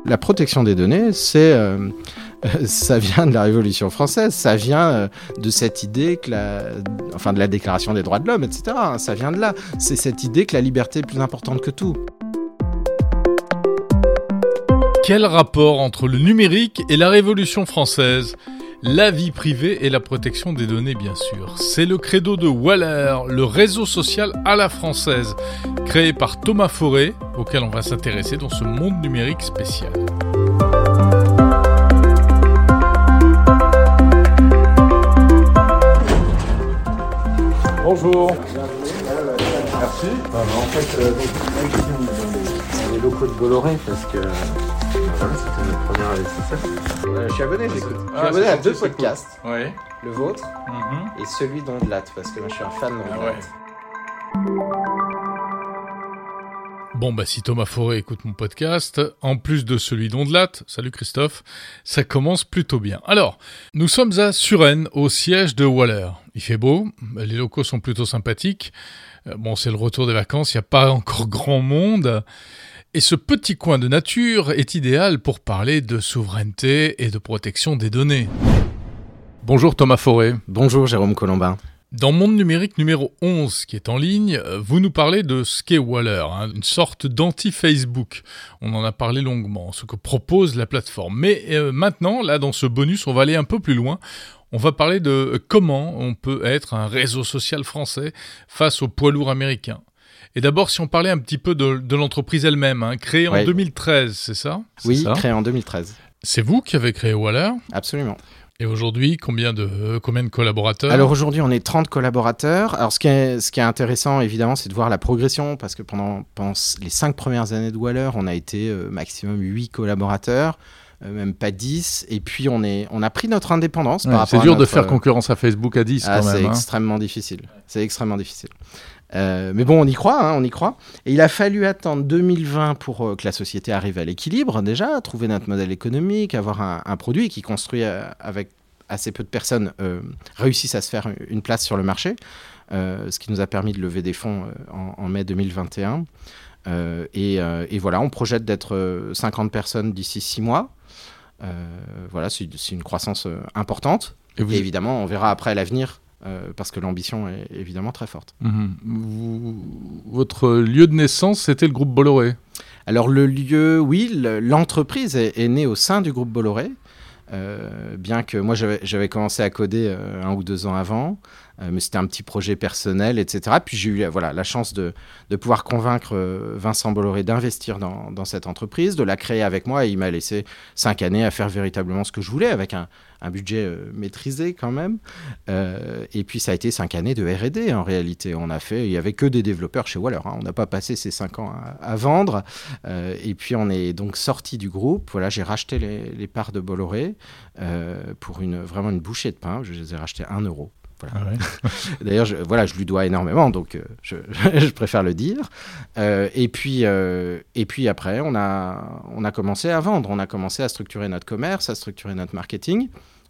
la protection des données, ça vient de la Révolution française, ça vient de cette idée de la Déclaration des droits de l'homme, etc. Ça vient de là. C'est cette idée que la liberté est plus importante que tout. Quel rapport entre le numérique et la Révolution française ? La vie privée et la protection des données, bien sûr. C'est le credo de Waller, le réseau social à la française, créé par Thomas Foré, auquel on va s'intéresser dans ce monde numérique spécial. Bonjour. Merci. En fait, dans les locaux de Bolloré, parce que voilà, c'était notre premier investisseur. Je suis abonné, j'écoute. Je suis abonné à 2 podcasts. Oui. Le vôtre et celui d'Ondelat, parce que moi je suis un fan d'Ondelat. Bon, si Thomas Foré écoute mon podcast, en plus de celui d'Ondelat, salut Christophe, ça commence plutôt bien. Alors, nous sommes à Suresnes, au siège de Waller. Il fait beau, les locaux sont plutôt sympathiques. C'est le retour des vacances, il n'y a pas encore grand monde. Et ce petit coin de nature est idéal pour parler de souveraineté et de protection des données. Bonjour Thomas Foré. Bonjour Jérôme Colombin. Dans Monde Numérique numéro 11 qui est en ligne, vous nous parlez de ce qu'est Waller, une sorte d'anti-Facebook. On en a parlé longuement, ce que propose la plateforme. Mais maintenant, là dans ce bonus, on va aller un peu plus loin. On va parler de comment on peut être un réseau social français face aux poids lourds américains. Et d'abord, si on parlait un petit peu de l'entreprise elle-même, créée en 2013, c'est ça ? Oui, créée en 2013. C'est vous qui avez créé Waller ? Absolument. Et aujourd'hui, combien de collaborateurs ? Alors aujourd'hui, on est 30 collaborateurs. Alors ce qui est intéressant, évidemment, c'est de voir la progression, parce que pendant les 5 premières années de Waller, on a été maximum 8 collaborateurs, même pas 10. Et puis on a pris notre indépendance par rapport à c'est dur de faire concurrence à Facebook à 10 quand même. C'est extrêmement difficile. C'est extrêmement difficile. Mais bon, on y croit. Et il a fallu attendre 2020 pour que la société arrive à l'équilibre, déjà, trouver notre modèle économique, avoir un produit qui construit avec assez peu de personnes réussisse à se faire une place sur le marché, ce qui nous a permis de lever des fonds en mai 2021. Et voilà, on projette d'être 50 personnes d'ici 6 mois. C'est une croissance importante. Et évidemment, on verra après l'avenir. Parce que l'ambition est évidemment très forte. Votre lieu de naissance, c'était le groupe Bolloré ? Alors le lieu, oui, l'entreprise est née au sein du groupe Bolloré, bien que moi j'avais commencé à coder 1 ou 2 ans avant, mais c'était un petit projet personnel, etc. Puis j'ai eu la chance de pouvoir convaincre Vincent Bolloré d'investir dans cette entreprise, de la créer avec moi, et il m'a laissé 5 années à faire véritablement ce que je voulais, avec un budget maîtrisé quand même. Et puis ça a été 5 années de R&D en réalité. Il n'y avait que des développeurs chez Waller. On n'a pas passé ces 5 ans à vendre. Et puis on est donc sorti du groupe. Voilà, j'ai racheté les parts de Bolloré pour vraiment une bouchée de pain. Je les ai rachetées 1 euro. Voilà. Ah ouais. D'ailleurs, je lui dois énormément, donc je préfère le dire. Et puis après, on a commencé à vendre, on a commencé à structurer notre commerce, à structurer notre marketing,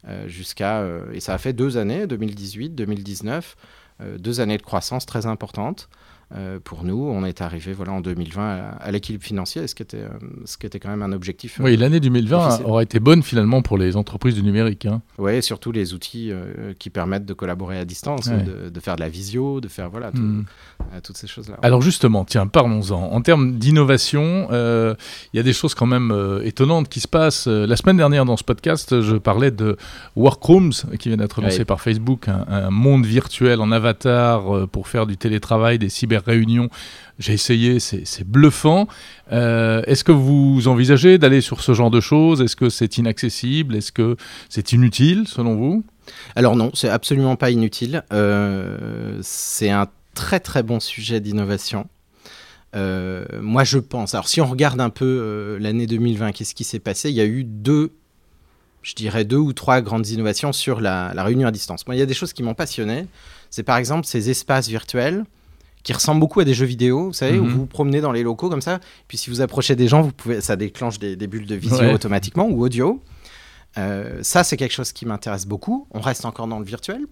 et ça a fait 2 années, 2018, 2019, 2 années de croissance très importantes. Pour nous, on est arrivé en 2020 à l'équilibre financier, ce qui était quand même un objectif. Oui, l'année 2020 difficile. Aura été bonne finalement pour les entreprises du numérique. Oui, et surtout les outils qui permettent de collaborer à distance, de faire de la visio, de faire toutes ces choses-là. Alors justement, parlons-en. En termes d'innovation, il y a des choses quand même étonnantes qui se passent. La semaine dernière, dans ce podcast, je parlais de Workrooms, qui vient d'être lancé par Facebook, un monde virtuel en avatar pour faire du télétravail, des cyber réunion. J'ai essayé, c'est bluffant. Est-ce que vous envisagez d'aller sur ce genre de choses ? Est-ce que c'est inaccessible ? Est-ce que c'est inutile, selon vous ? Alors non, c'est absolument pas inutile. C'est un très très bon sujet d'innovation. Moi, je pense... Alors, si on regarde un peu l'année 2020, qu'est-ce qui s'est passé ? Il y a eu 2 ou 3 grandes innovations sur la réunion à distance. Moi, il y a des choses qui m'ont passionné. C'est par exemple ces espaces virtuels qui ressemblent beaucoup à des jeux vidéo, vous savez, où vous vous promenez dans les locaux comme ça, puis si vous approchez des gens, ça déclenche des bulles de visio automatiquement ou audio. Ça, c'est quelque chose qui m'intéresse beaucoup. On reste encore dans le virtuel.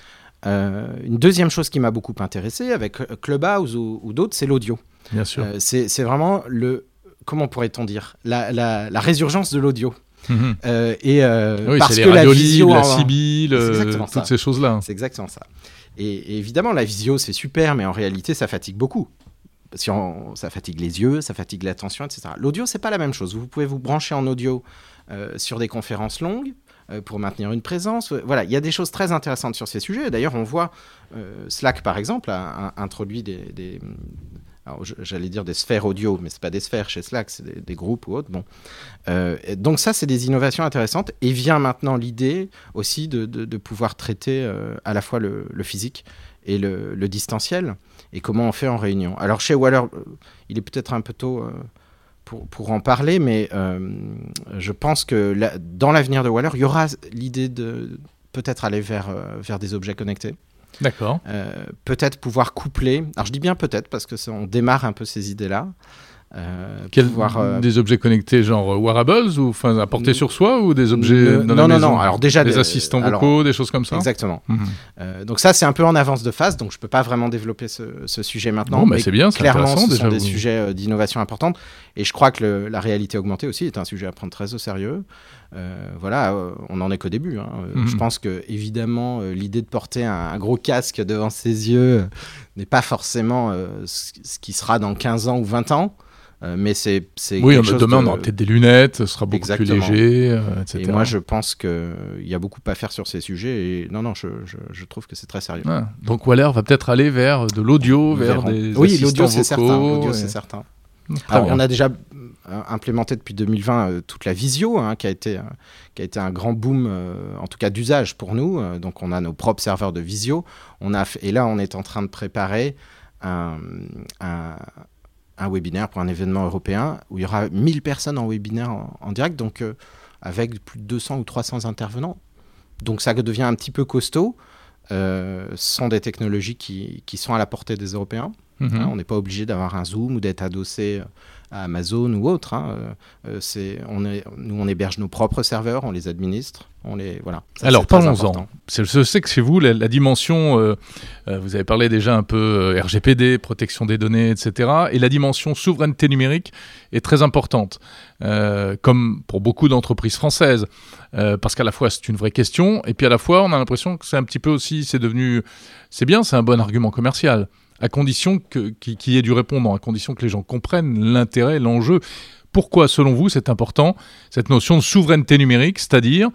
Une deuxième chose qui m'a beaucoup intéressé avec Clubhouse ou d'autres, c'est l'audio. Bien sûr. C'est vraiment comment pourrait-on dire, la résurgence de l'audio. Oui, Parce c'est que les la radios visio, libres, la Sibylle, toutes ces choses-là. C'est exactement ça. Et évidemment, la visio, c'est super, mais en réalité, ça fatigue beaucoup. Ça fatigue les yeux, ça fatigue l'attention, etc. L'audio, c'est pas la même chose. Vous pouvez vous brancher en audio sur des conférences longues pour maintenir une présence. Voilà, il y a des choses très intéressantes sur ces sujets. D'ailleurs, on voit Slack, par exemple, a introduit alors, j'allais dire des sphères audio, mais c'est pas des sphères chez Slack, c'est des groupes ou autres. Bon. Donc ça, c'est des innovations intéressantes. Et vient maintenant l'idée aussi de pouvoir traiter à la fois le physique et le distanciel, et comment on fait en réunion. Alors chez Waller, il est peut-être un peu tôt pour en parler, mais je pense que dans l'avenir de Waller, il y aura l'idée de peut-être aller vers des objets connectés. D'accord. Peut-être pouvoir coupler. Alors je dis bien peut-être parce que on démarre un peu ces idées-là. Des objets connectés genre wearables ou à porter sur soi ou des objets dans la maison? Non. Alors déjà des assistants vocaux, des choses comme ça. Exactement. Donc ça c'est un peu en avance de phase, donc je peux pas vraiment développer ce sujet maintenant. Bon, mais c'est bien, c'est clairement, intéressant. Ce sont des sujets d'innovation importante, et je crois que la réalité augmentée aussi est un sujet à prendre très au sérieux. On n'en est qu'au début. Je pense que évidemment l'idée de porter un gros casque devant ses yeux n'est pas forcément ce qui sera dans 15 ans ou 20 ans. Mais c'est oui, demain on aura peut-être des lunettes, ce sera beaucoup plus léger, etc. Et moi je pense qu'il y a beaucoup à faire sur ces sujets, et je trouve que c'est très sérieux. Ah, donc Waller va peut-être aller vers de l'audio, vers des assistants vocaux. L'audio c'est certain. Alors, on a déjà implémenté depuis 2020 toute la visio, qui a été un grand boom, en tout cas d'usage pour nous. Donc on a nos propres serveurs de visio. Et là on est en train de préparer un webinaire pour un événement européen où il y aura 1000 personnes en webinaire en direct, donc avec plus de 200 ou 300 intervenants. Donc ça devient un petit peu costaud. Ce sont des technologies qui sont à la portée des Européens. On n'est pas obligé d'avoir un Zoom ou d'être adossé à Amazon ou autre. Nous, on héberge nos propres serveurs, on les administre. Voilà. Ça, alors, parlons-en. Je sais que chez vous, la dimension, vous avez parlé déjà un peu RGPD, protection des données, etc. Et la dimension souveraineté numérique est très importante, comme pour beaucoup d'entreprises françaises. Parce qu'à la fois, c'est une vraie question, et puis à la fois, on a l'impression que c'est un petit peu aussi, c'est bien, c'est un bon argument commercial, à condition qu'il y ait du répondant, à condition que les gens comprennent l'intérêt, l'enjeu. Pourquoi, selon vous, c'est important, cette notion de souveraineté numérique, c'est-à-dire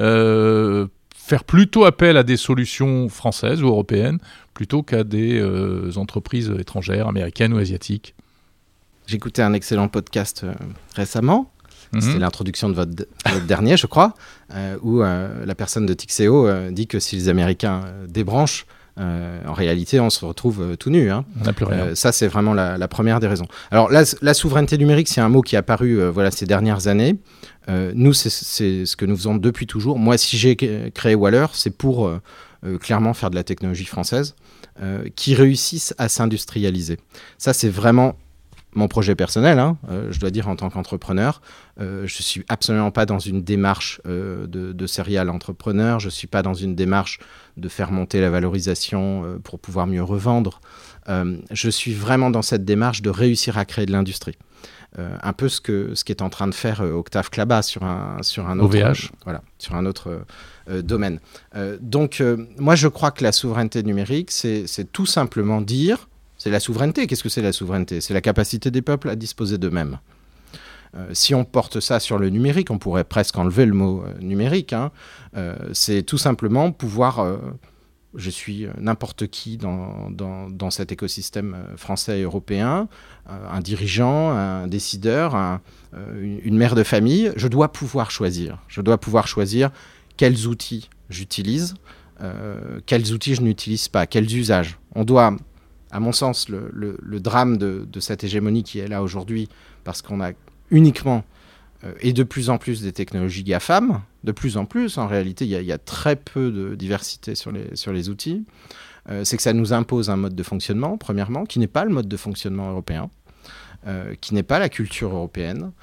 faire plutôt appel à des solutions françaises ou européennes plutôt qu'à des entreprises étrangères, américaines ou asiatiques? J'écoutais un excellent podcast récemment. C'était l'introduction de votre dernier, je crois, où la personne de Tixeo dit que si les Américains débranchent, en réalité, on se retrouve tout nu. On n'a plus rien. Ça, c'est vraiment la première des raisons. Alors, la souveraineté numérique, c'est un mot qui est apparu ces dernières années. Nous, c'est ce que nous faisons depuis toujours. Moi, si j'ai créé Waller, c'est pour clairement faire de la technologie française qui réussisse à s'industrialiser. Ça, c'est vraiment mon projet personnel, je dois dire, en tant qu'entrepreneur. Je ne suis absolument pas dans une démarche de serial entrepreneur. Je ne suis pas dans une démarche de faire monter la valorisation pour pouvoir mieux revendre. Je suis vraiment dans cette démarche de réussir à créer de l'industrie. Un peu ce qu'est en train de faire Octave Klaba sur un autre, OVH. Sur un autre domaine. Donc, moi, je crois que la souveraineté numérique, c'est tout simplement dire... C'est la souveraineté. Qu'est-ce que c'est la souveraineté? C'est la capacité des peuples à disposer d'eux-mêmes. Si on porte ça sur le numérique, on pourrait presque enlever le mot numérique. C'est tout simplement pouvoir... je suis n'importe qui dans cet écosystème français et européen, un dirigeant, un décideur, une mère de famille. Je dois pouvoir choisir. Je dois pouvoir choisir quels outils j'utilise, quels outils je n'utilise pas, quels usages. On doit... À mon sens, le drame de cette hégémonie qui est là aujourd'hui, parce qu'on a uniquement et de plus en plus des technologies GAFAM, de plus en plus, en réalité, il y a très peu de diversité sur les outils, c'est que ça nous impose un mode de fonctionnement, premièrement, qui n'est pas le mode de fonctionnement européen, qui n'est pas la culture européenne.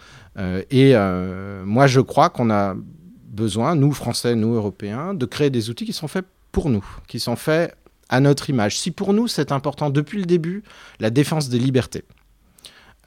Moi, je crois qu'on a besoin, nous, Français, nous, Européens, de créer des outils qui sont faits pour nous, qui sont faits à notre image. Si pour nous, c'est important depuis le début, la défense des libertés,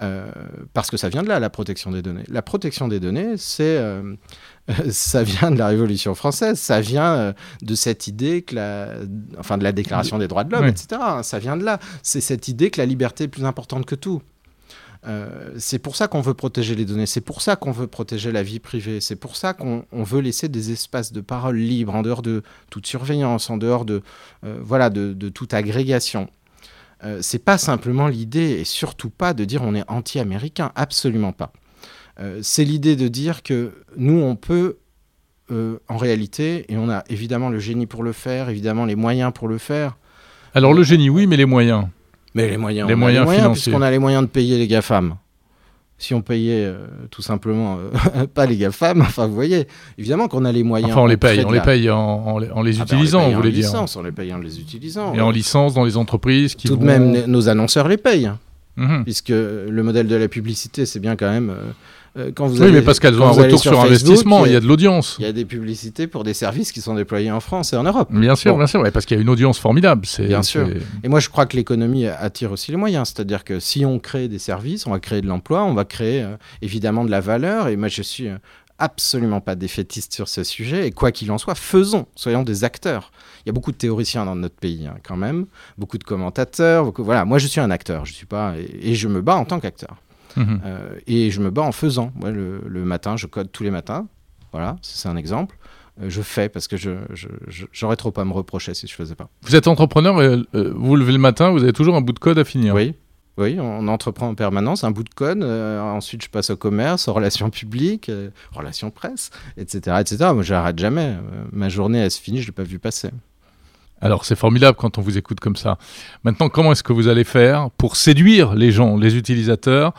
parce que ça vient de là, la protection des données. La protection des données, ça vient de la Révolution française, ça vient de cette idée que de la Déclaration des droits de l'homme, etc. Ça vient de là. C'est cette idée que la liberté est plus importante que tout. C'est pour ça qu'on veut protéger les données, c'est pour ça qu'on veut protéger la vie privée, c'est pour ça qu'on veut laisser des espaces de parole libres, en dehors de toute surveillance, en dehors de toute agrégation. C'est pas simplement l'idée, et surtout pas de dire on est anti-américain, absolument pas. C'est l'idée de dire que nous, on peut, en réalité, et on a évidemment le génie pour le faire, évidemment les moyens pour le faire. Alors le génie, oui, mais les moyens. Mais les moyens financiers. Puisqu'on a les moyens de payer les GAFAM. Si on payait tout simplement pas les GAFAM, enfin vous voyez, évidemment qu'on a les moyens. Enfin on les paye en les utilisant, vous voulez dire. On les paye en les utilisant. Et en licence dans les entreprises qui tout de même, nos annonceurs les payent. Puisque le modèle de la publicité, c'est bien quand même... quand vous mais parce qu'elles ont un retour sur investissement, il y a de l'audience. Il y a des publicités pour des services qui sont déployés en France et en Europe. Bien sûr, parce qu'il y a une audience formidable. Bien sûr. Et moi, je crois que l'économie attire aussi les moyens. C'est-à-dire que si on crée des services, on va créer de l'emploi, on va créer évidemment de la valeur. Et moi, je suis absolument pas défaitiste sur ce sujet. Et quoi qu'il en soit, soyons des acteurs. Il y a beaucoup de théoriciens dans notre pays, quand même, beaucoup de commentateurs. Voilà, moi, je suis un acteur. Je suis pas, et je me bats en tant qu'acteur. Et je me bats en faisant. Moi, le matin, je code tous les matins. Voilà, c'est un exemple. Je fais parce que j'aurais trop à me reprocher si je faisais pas. Vous êtes entrepreneur, vous levez le matin, vous avez toujours un bout de code à finir. Oui, on entreprend en permanence, un bout de code. Ensuite, je passe au commerce, aux relations publiques, relations presse, etc., etc. Moi, j'arrête jamais. Ma journée, elle se finit, je l'ai pas vu passer. Alors, c'est formidable quand on vous écoute comme ça. Maintenant, comment est-ce que vous allez faire pour séduire les gens, les utilisateurs,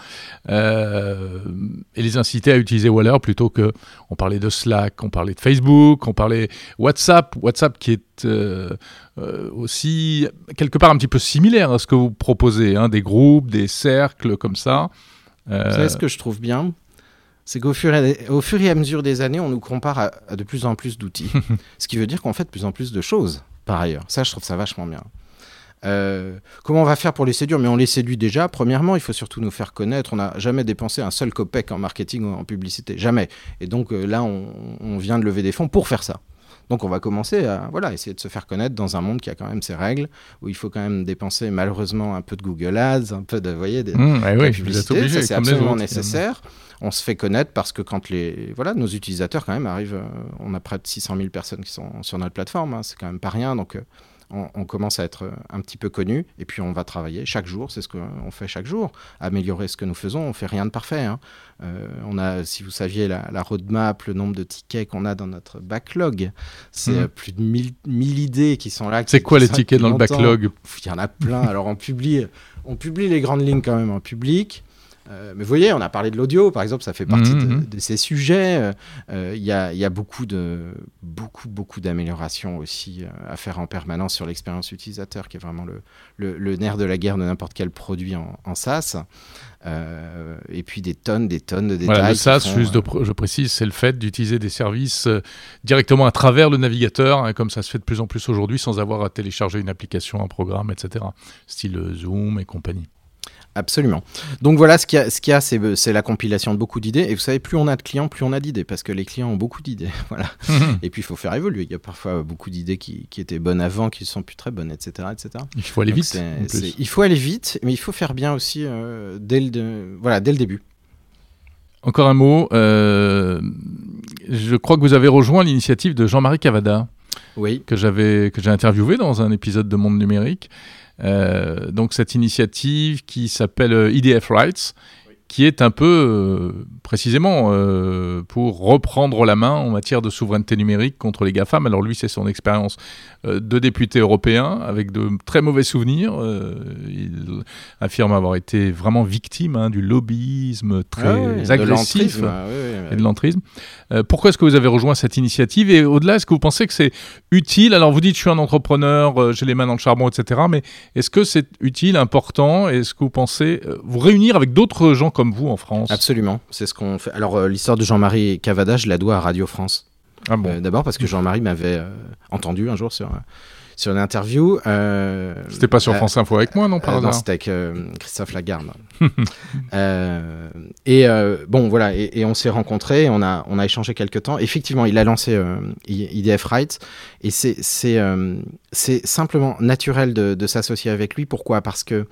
et les inciter à utiliser Waller plutôt que... On parlait de Slack, on parlait de Facebook, on parlait WhatsApp qui est aussi quelque part un petit peu similaire à ce que vous proposez, des groupes, des cercles comme ça. Vous savez ce que je trouve bien ? C'est qu'au fur et à mesure des années, on nous compare à de plus en plus d'outils. Ce qui veut dire qu'on fait de plus en plus de choses. Par ailleurs, ça, je trouve ça vachement bien. Comment on va faire pour les séduire ? Mais on les séduit déjà. Premièrement, il faut surtout nous faire connaître. On n'a jamais dépensé un seul copec en marketing ou en publicité. Jamais. Et donc là, on vient de lever des fonds pour faire ça. Donc on va commencer à essayer de se faire connaître dans un monde qui a quand même ses règles, où il faut quand même dépenser malheureusement un peu de Google Ads, un peu de la publicité. Ça, c'est absolument nécessaire. On se fait connaître parce que quand nos utilisateurs quand même arrivent, on a près de 600 000 personnes qui sont sur notre plateforme, c'est quand même pas rien, donc on commence à être un petit peu connu, et puis on va travailler chaque jour, c'est ce qu'on fait chaque jour, améliorer ce que nous faisons, on fait rien de parfait. On a, si vous saviez, la roadmap, le nombre de tickets qu'on a dans notre backlog, c'est plus de 1000 idées qui sont là. C'est quoi les tickets dans le backlog ? Il y en a plein, alors on publie les grandes lignes quand même en public. Mais vous voyez, on a parlé de l'audio, par exemple, ça fait partie de ces sujets. Il y a beaucoup d'améliorations aussi à faire en permanence sur l'expérience utilisateur, qui est vraiment le nerf de la guerre de n'importe quel produit en SaaS. Et puis des tonnes de détails. Voilà, le SaaS, je précise, c'est le fait d'utiliser des services directement à travers le navigateur, comme ça se fait de plus en plus aujourd'hui, sans avoir à télécharger une application, un programme, etc. Style Zoom et compagnie. Absolument. Donc voilà, ce qu'il y a, c'est la compilation de beaucoup d'idées. Et vous savez, plus on a de clients, plus on a d'idées, parce que les clients ont beaucoup d'idées. Voilà. Et puis, il faut faire évoluer. Il y a parfois beaucoup d'idées qui étaient bonnes avant, qui ne sont plus très bonnes, etc., etc. Il faut aller vite. Il faut aller vite, mais il faut faire bien aussi dès le début. Encore un mot. Je crois que vous avez rejoint l'initiative de Jean-Marie Cavada, que j'ai interviewé dans un épisode de Monde Numérique. Donc cette initiative qui s'appelle IDF Rights, qui est un peu précisément pour reprendre la main en matière de souveraineté numérique contre les GAFAM. Alors lui, c'est son expérience de député européen avec de très mauvais souvenirs. Il affirme avoir été vraiment victime du lobbyisme très agressif et de l'entrisme. Pourquoi est-ce que vous avez rejoint cette initiative ? Et au-delà, est-ce que vous pensez que c'est utile ? Alors vous dites, je suis un entrepreneur, j'ai les mains dans le charbon, etc. Mais est-ce que c'est utile, important ? Est-ce que vous pensez vous réunir avec d'autres gens comme vous en France ? Absolument, c'est ce qu'on fait. Alors l'histoire de Jean-Marie Cavada, je la dois à Radio France. Ah bon. D'abord parce que Jean-Marie m'avait entendu un jour sur sur une interview. C'était pas sur France Info avec moi, non, par hasard? Non, c'était avec Christophe Lagarde. Bon, voilà, et on s'est rencontrés, on a échangé quelques temps. Effectivement, il a lancé IDF Rights, et c'est simplement naturel de s'associer avec lui. Pourquoi ? Parce que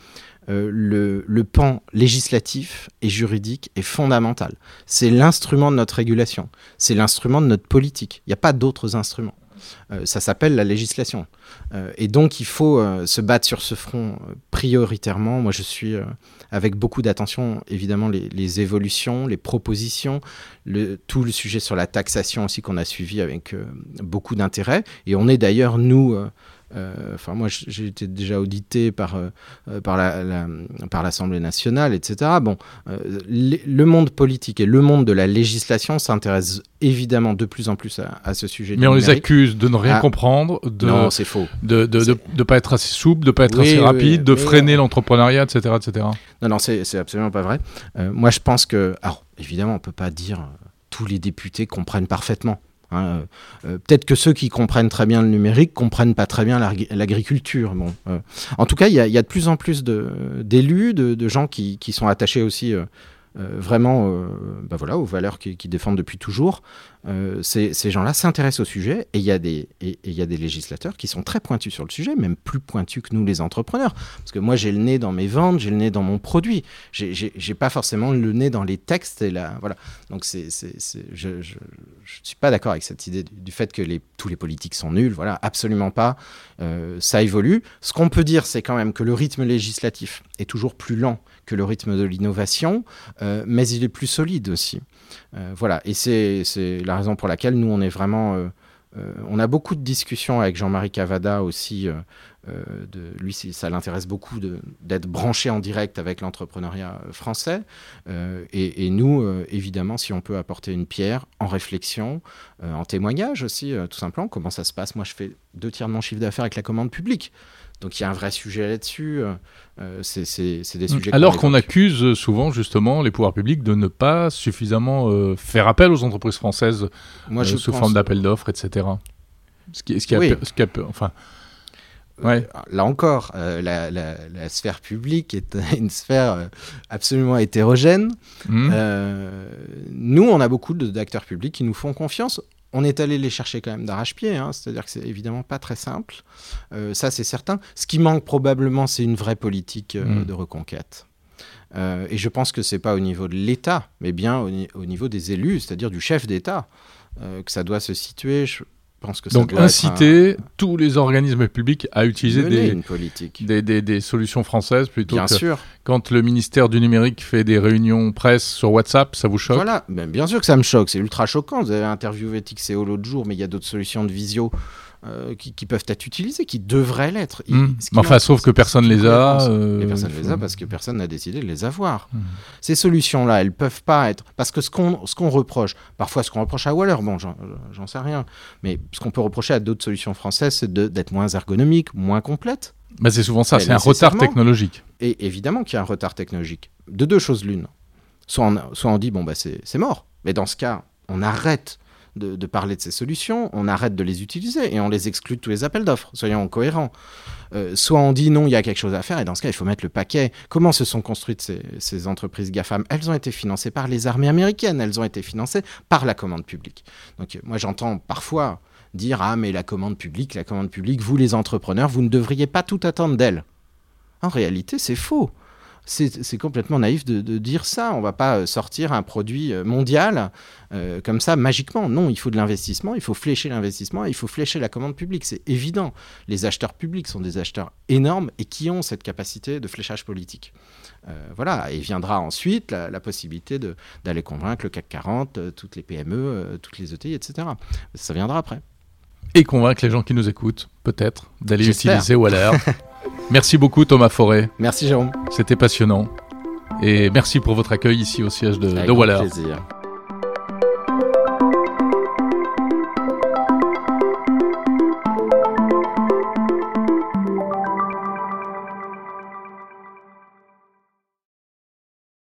le pan législatif et juridique est fondamental. C'est l'instrument de notre régulation, c'est l'instrument de notre politique. Il n'y a pas d'autres instruments. Ça s'appelle la législation. Et donc, il faut se battre sur ce front prioritairement. Moi, je suis avec beaucoup d'attention, évidemment, les évolutions, les propositions, tout le sujet sur la taxation aussi qu'on a suivi avec beaucoup d'intérêt. Et on est d'ailleurs, nous... moi, j'ai été déjà audité par l'Assemblée nationale, etc. Bon, le monde politique et le monde de la législation s'intéressent évidemment de plus en plus à ce sujet. Mais on les accuse de ne rien comprendre, non, c'est faux. De pas être assez souple, de pas être assez rapide, de freiner l'entrepreneuriat, etc., etc. Non, c'est absolument pas vrai. Moi, je pense que, alors, évidemment, on peut pas dire tous les députés comprennent parfaitement. Peut-être que ceux qui comprennent très bien le numérique comprennent pas très bien l'agriculture. Bon, en tout cas, il y a de plus en plus d'élus, de gens qui sont attachés aussi vraiment aux valeurs qu'ils défendent depuis toujours. Ces gens-là s'intéressent au sujet, et il y a des législateurs qui sont très pointus sur le sujet, même plus pointus que nous les entrepreneurs. Parce que moi, j'ai le nez dans mes ventes, j'ai le nez dans mon produit. J'ai pas forcément le nez dans les textes. Voilà. Donc je suis pas d'accord avec cette idée du fait que tous les politiques sont nuls. Voilà, absolument pas. Ça évolue. Ce qu'on peut dire, c'est quand même que le rythme législatif est toujours plus lent que le rythme de l'innovation, mais il est plus solide aussi. Voilà, et c'est la raison pour laquelle nous, on est vraiment... on a beaucoup de discussions avec Jean-Marie Cavada aussi. Lui, ça l'intéresse beaucoup d'être branché en direct avec l'entrepreneuriat français. Et nous, évidemment, si on peut apporter une pierre en réflexion, en témoignage aussi, tout simplement, comment ça se passe. Moi, je fais 2/3 de mon chiffre d'affaires avec la commande publique. Donc il y a un vrai sujet là-dessus. C'est des sujets. Alors qu'on accuse souvent justement les pouvoirs publics de ne pas suffisamment faire appel aux entreprises françaises sous forme d'appel d'offres, etc. Là encore, la sphère publique est une sphère absolument hétérogène. Nous, on a beaucoup d'acteurs publics qui nous font confiance. On est allé les chercher quand même d'arrache-pied, c'est-à-dire que c'est évidemment pas très simple. Ça, c'est certain. Ce qui manque probablement, c'est une vraie politique de reconquête. Et je pense que c'est pas au niveau de l'État, mais bien au niveau des élus, c'est-à-dire du chef d'État, que ça doit se situer. Je pense que ça donc doit inciter tous les organismes publics à utiliser des solutions françaises plutôt bien que sûr. Quand le ministère du numérique fait des réunions presse sur WhatsApp, ça vous choque? Voilà, bien sûr que ça me choque, c'est ultra choquant. Vous avez interviewé Tixéo l'autre jour, mais il y a d'autres solutions de visio qui peuvent être utilisées, qui devraient l'être. Sauf que personne les a. Et personne ne les a parce que personne n'a décidé de les avoir. Ces solutions-là, elles peuvent pas être... Parce que ce qu'on reproche, parfois ce qu'on reproche à Waller, bon, j'en sais rien, mais ce qu'on peut reprocher à d'autres solutions françaises, c'est d'être moins ergonomiques, moins complètes. C'est souvent ça, c'est un retard technologique. Et évidemment qu'il y a un retard technologique. De deux choses l'une. Soit on dit, c'est mort. Mais dans ce cas, on arrête de parler de ces solutions, on arrête de les utiliser et on les exclut de tous les appels d'offres. Soyons cohérents. Soit on dit non, il y a quelque chose à faire, et dans ce cas, il faut mettre le paquet. Comment se sont construites ces entreprises GAFAM ? Elles ont été financées par les armées américaines, elles ont été financées par la commande publique. Donc moi, j'entends parfois dire « Ah, mais la commande publique, vous les entrepreneurs, vous ne devriez pas tout attendre d'elle. » En réalité, c'est faux. C'est complètement naïf de dire ça. On ne va pas sortir un produit mondial comme ça magiquement. Non, il faut de l'investissement, il faut flécher l'investissement, il faut flécher la commande publique. C'est évident. Les acheteurs publics sont des acheteurs énormes et qui ont cette capacité de fléchage politique. Voilà, et viendra ensuite la possibilité d'aller convaincre le CAC 40, toutes les PME, toutes les ETI, etc. Ça viendra après. Et convaincre les gens qui nous écououtent, peut-être, d'aller utiliser Waller. Merci beaucoup Thomas Forêt. Merci Jérôme. C'était passionnant. Et merci pour votre accueil ici au siège de Waller. Avec plaisir.